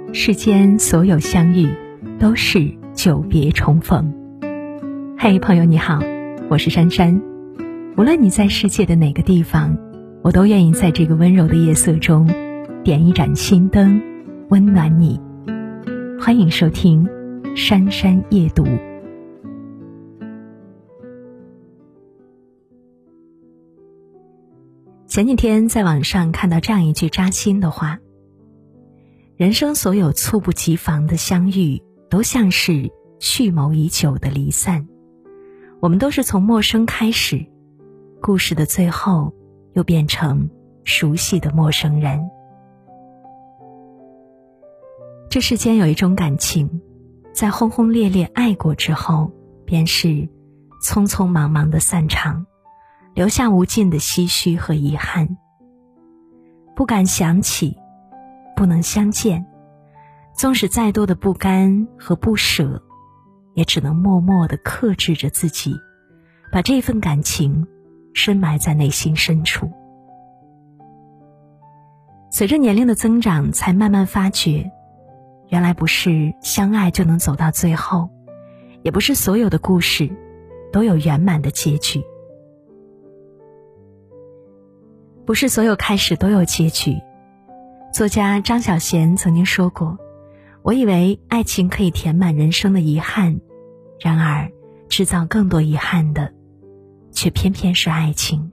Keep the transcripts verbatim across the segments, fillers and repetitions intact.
世间所有相遇，都是久别重逢。嘿，朋友你好，我是珊珊。无论你在世界的哪个地方，我都愿意在这个温柔的夜色中，点一盏心灯，温暖你。欢迎收听珊珊夜读。前几天在网上看到这样一句扎心的话：人生所有猝不及防的相遇，都像是蓄谋已久的离散。我们都是从陌生开始，故事的最后又变成熟悉的陌生人。这世间有一种感情，在轰轰烈烈爱过之后，便是匆匆忙忙的散场，留下无尽的唏嘘和遗憾。不敢想起，不能相见，纵使再多的不甘和不舍，也只能默默地克制着自己，把这份感情深埋在内心深处。随着年龄的增长，才慢慢发觉，原来不是相爱就能走到最后，也不是所有的故事都有圆满的结局。不是所有开始都有结局。作家张小娴曾经说过，我以为爱情可以填满人生的遗憾，然而制造更多遗憾的却偏偏是爱情。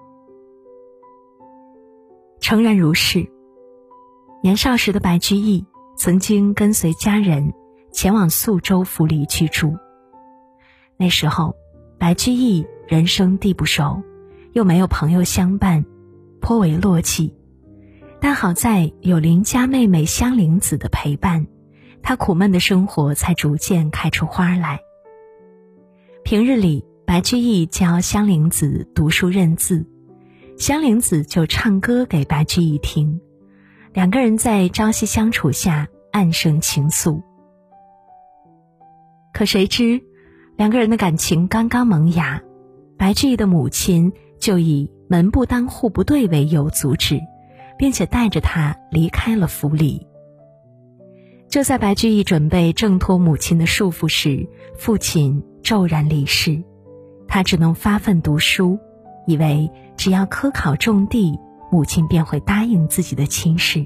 诚然如是，年少时的白居易曾经跟随家人前往宿州府里居住。那时候白居易人生地不熟，又没有朋友相伴，颇为落寂。但好在有邻家妹妹香菱子的陪伴，他苦闷的生活才逐渐开出花来。平日里白居易教香菱子读书认字，香菱子就唱歌给白居易听，两个人在朝夕相处下暗生情愫。可谁知两个人的感情刚刚萌芽，白居易的母亲就以门不当户不对为由阻止，并且带着他离开了府里。就在白居易准备挣脱母亲的束缚时，父亲骤然离世，他只能发奋读书，以为只要科考中第，母亲便会答应自己的亲事。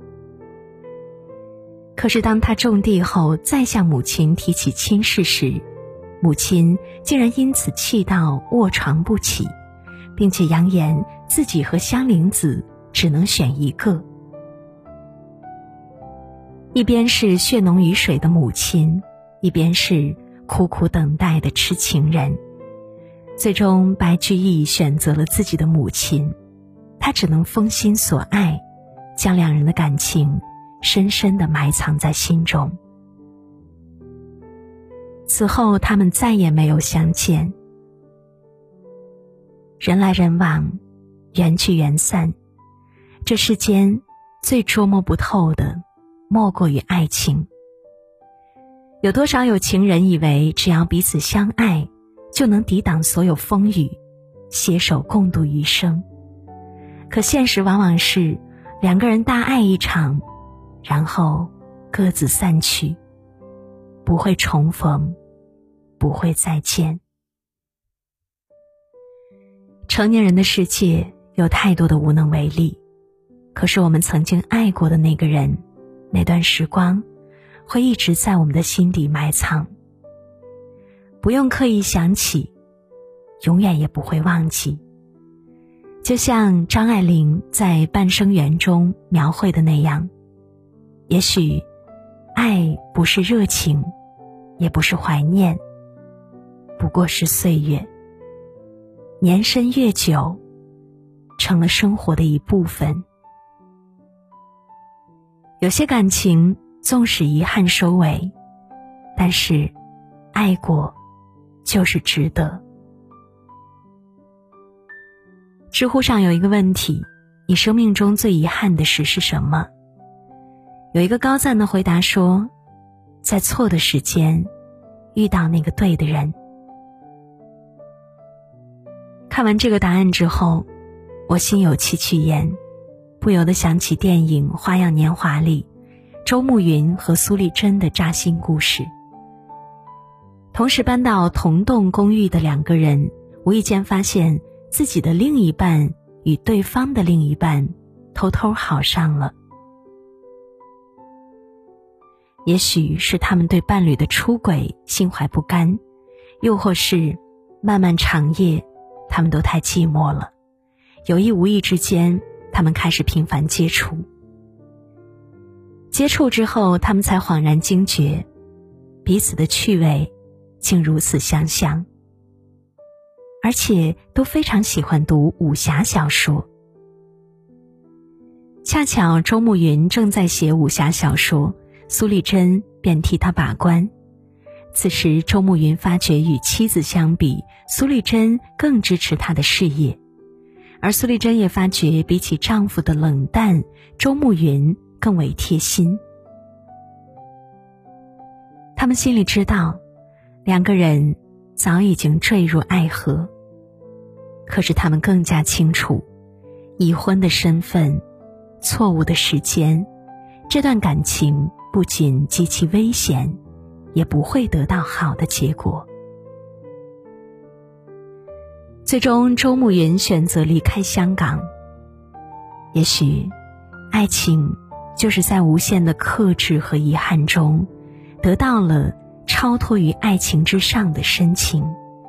可是当他中第后再向母亲提起亲事时，母亲竟然因此气到卧床不起，并且扬言自己和香菱子只能选一个。一边是血浓于水的母亲，一边是苦苦等待的痴情人。最终白居易选择了自己的母亲，他只能封心所爱，将两人的感情深深地埋藏在心中。此后他们再也没有相见。人来人往，缘聚缘散，这世间最捉摸不透的莫过于爱情。有多少有情人以为只要彼此相爱，就能抵挡所有风雨，携手共度余生。可现实往往是两个人大爱一场，然后各自散去，不会重逢，不会再见。成年人的世界有太多的无能为力，可是我们曾经爱过的那个人，那段时光会一直在我们的心底埋藏，不用刻意想起，永远也不会忘记。就像张爱玲在《半生缘》中描绘的那样，也许爱不是热情，也不是怀念，不过是岁月，年深月久，成了生活的一部分。有些感情纵使遗憾收尾，但是爱过就是值得。知乎上有一个问题，你生命中最遗憾的事是什么？有一个高赞的回答说，在错的时间遇到那个对的人。看完这个答案之后，我心有戚戚焉，不由得想起电影《花样年华》里周慕云和苏丽珍的扎心故事。同时搬到同栋公寓的两个人，无意间发现自己的另一半与对方的另一半偷偷好上了。也许是他们对伴侣的出轨心怀不甘，又或是漫漫长夜他们都太寂寞了，有意无意之间他们开始频繁接触。接触之后，他们才恍然惊觉，彼此的趣味竟如此相像，而且都非常喜欢读武侠小说。恰巧周慕云正在写武侠小说，苏丽珍便替他把关。此时周慕云发觉与妻子相比，苏丽珍更支持他的事业，而苏丽珍也发觉比起丈夫的冷淡，周慕云更为贴心。他们心里知道，两个人早已经坠入爱河，可是他们更加清楚，已婚的身份，错误的时间，这段感情不仅极其危险，也不会得到好的结果。最终周慕云选择离开香港。也许爱情就是在无限的克制和遗憾中，得到了超脱于爱情之上的深情。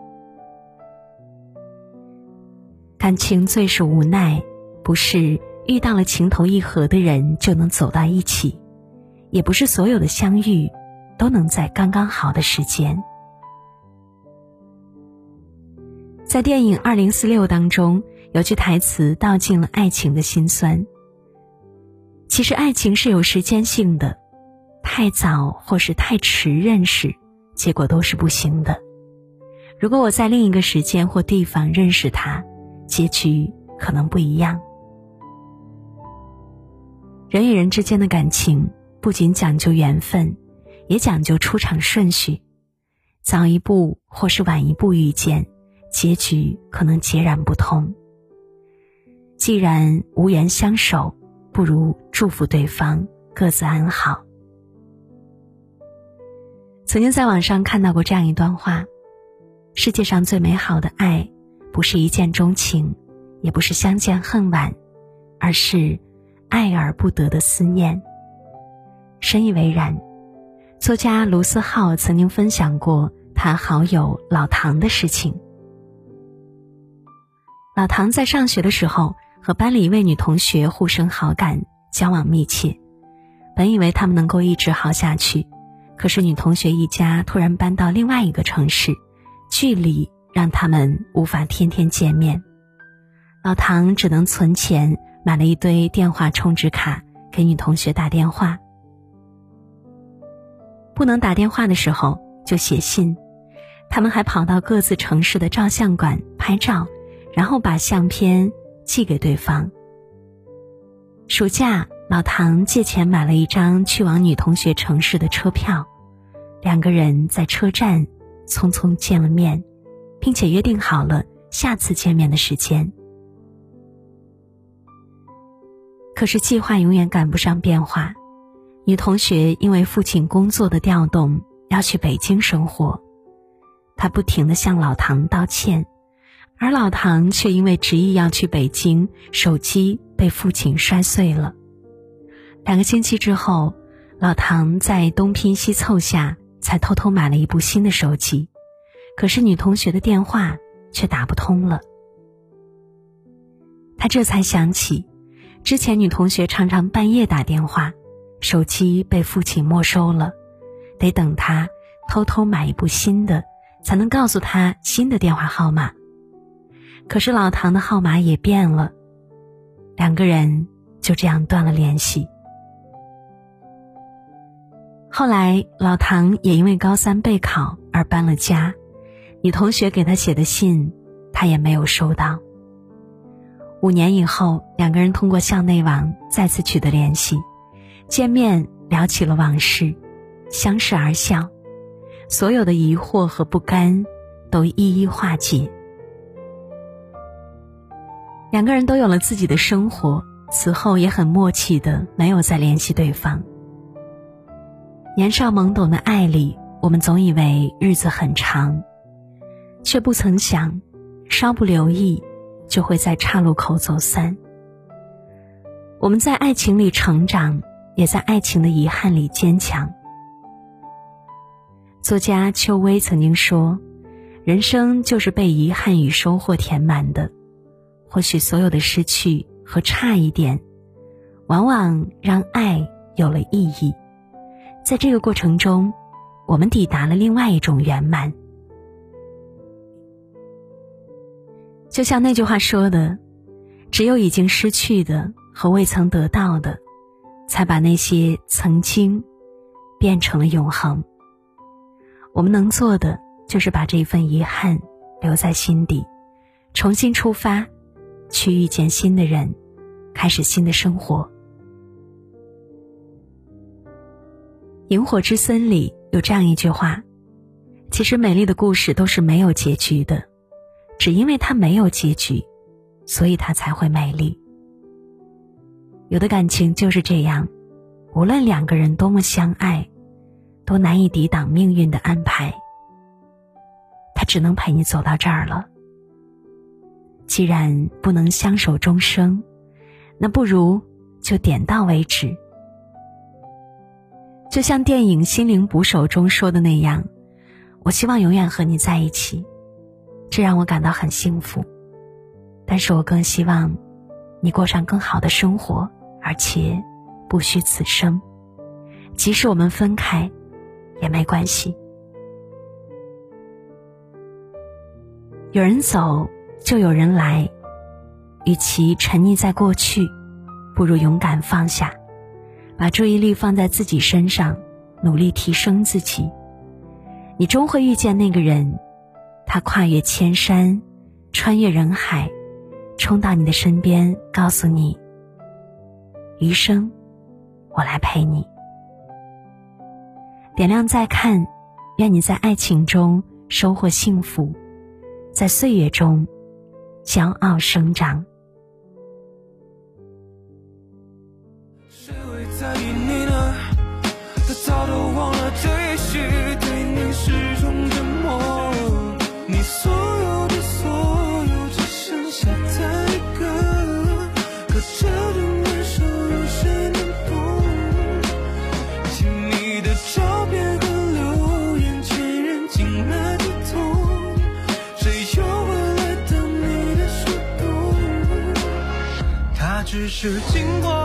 感情最是无奈，不是遇到了情投意合的人就能走到一起，也不是所有的相遇都能在刚刚好的时间。在电影《二零四六》当中，有句台词道尽了爱情的辛酸。其实爱情是有时间性的，太早或是太迟认识，结果都是不行的。如果我在另一个时间或地方认识他，结局可能不一样。人与人之间的感情不仅讲究缘分，也讲究出场顺序，早一步或是晚一步遇见，结局可能截然不同。既然无缘相守，不如祝福对方各自安好。曾经在网上看到过这样一段话，世界上最美好的爱，不是一见钟情，也不是相见恨晚，而是爱而不得的思念。深以为然。作家卢思浩曾经分享过他好友老唐的事情。老唐在上学的时候，和班里一位女同学互生好感，交往密切。本以为他们能够一直好下去，可是女同学一家突然搬到另外一个城市，距离让他们无法天天见面。老唐只能存钱，买了一堆电话充值卡，给女同学打电话。不能打电话的时候就写信，他们还跑到各自城市的照相馆拍照，然后把相片寄给对方。暑假，老唐借钱买了一张去往女同学城市的车票，两个人在车站匆匆见了面，并且约定好了下次见面的时间。可是计划永远赶不上变化，女同学因为父亲工作的调动要去北京生活，她不停地向老唐道歉，而老唐却因为执意要去北京，手机被父亲摔碎了。两个星期之后，老唐在东拼西凑下才偷偷买了一部新的手机，可是女同学的电话却打不通了。他这才想起，之前女同学常常半夜打电话，手机被父亲没收了，得等他偷偷买一部新的，才能告诉他新的电话号码。可是老唐的号码也变了，两个人就这样断了联系。后来老唐也因为高三备考而搬了家，女同学给他写的信他也没有收到。五年以后，两个人通过校内网再次取得联系，见面聊起了往事，相视而笑，所有的疑惑和不甘都一一化解。两个人都有了自己的生活，此后也很默契的没有再联系对方。 年少懵懂的爱里，我们总以为日子很长，却不曾想稍不留意就会在岔路口走散。我们在爱情里成长，也在爱情的遗憾里坚强。作家邱薇曾经说，人生就是被遗憾与收获填满的，或许所有的失去和差一点，往往让爱有了意义。在这个过程中，我们抵达了另外一种圆满。就像那句话说的，只有已经失去的和未曾得到的，才把那些曾经变成了永恒。我们能做的就是把这份遗憾留在心底，重新出发，去遇见新的人，开始新的生活。萤火之森里有这样一句话，其实美丽的故事都是没有结局的，只因为它没有结局，所以它才会美丽。有的感情就是这样，无论两个人多么相爱，都难以抵挡命运的安排，它只能陪你走到这儿了。既然不能相守终生，那不如就点到为止。就像电影《心灵捕手》中说的那样，我希望永远和你在一起，这让我感到很幸福。但是我更希望你过上更好的生活，而且不虚此生。即使我们分开也没关系。有人走就有人来，与其沉溺在过去，不如勇敢放下，把注意力放在自己身上，努力提升自己。你终会遇见那个人，他跨越千山，穿越人海，冲到你的身边，告诉你，余生我来陪你。点亮再看，愿你在爱情中收获幸福，在岁月中骄傲生长。 谁会在意你呢？他早都忘了，这也许对你是种折磨。你所有的所有只剩下他一个，可这种感受有谁能懂？亲密的照片和留言全扔进垃圾桶，谁又会来当你的树洞？他只是经过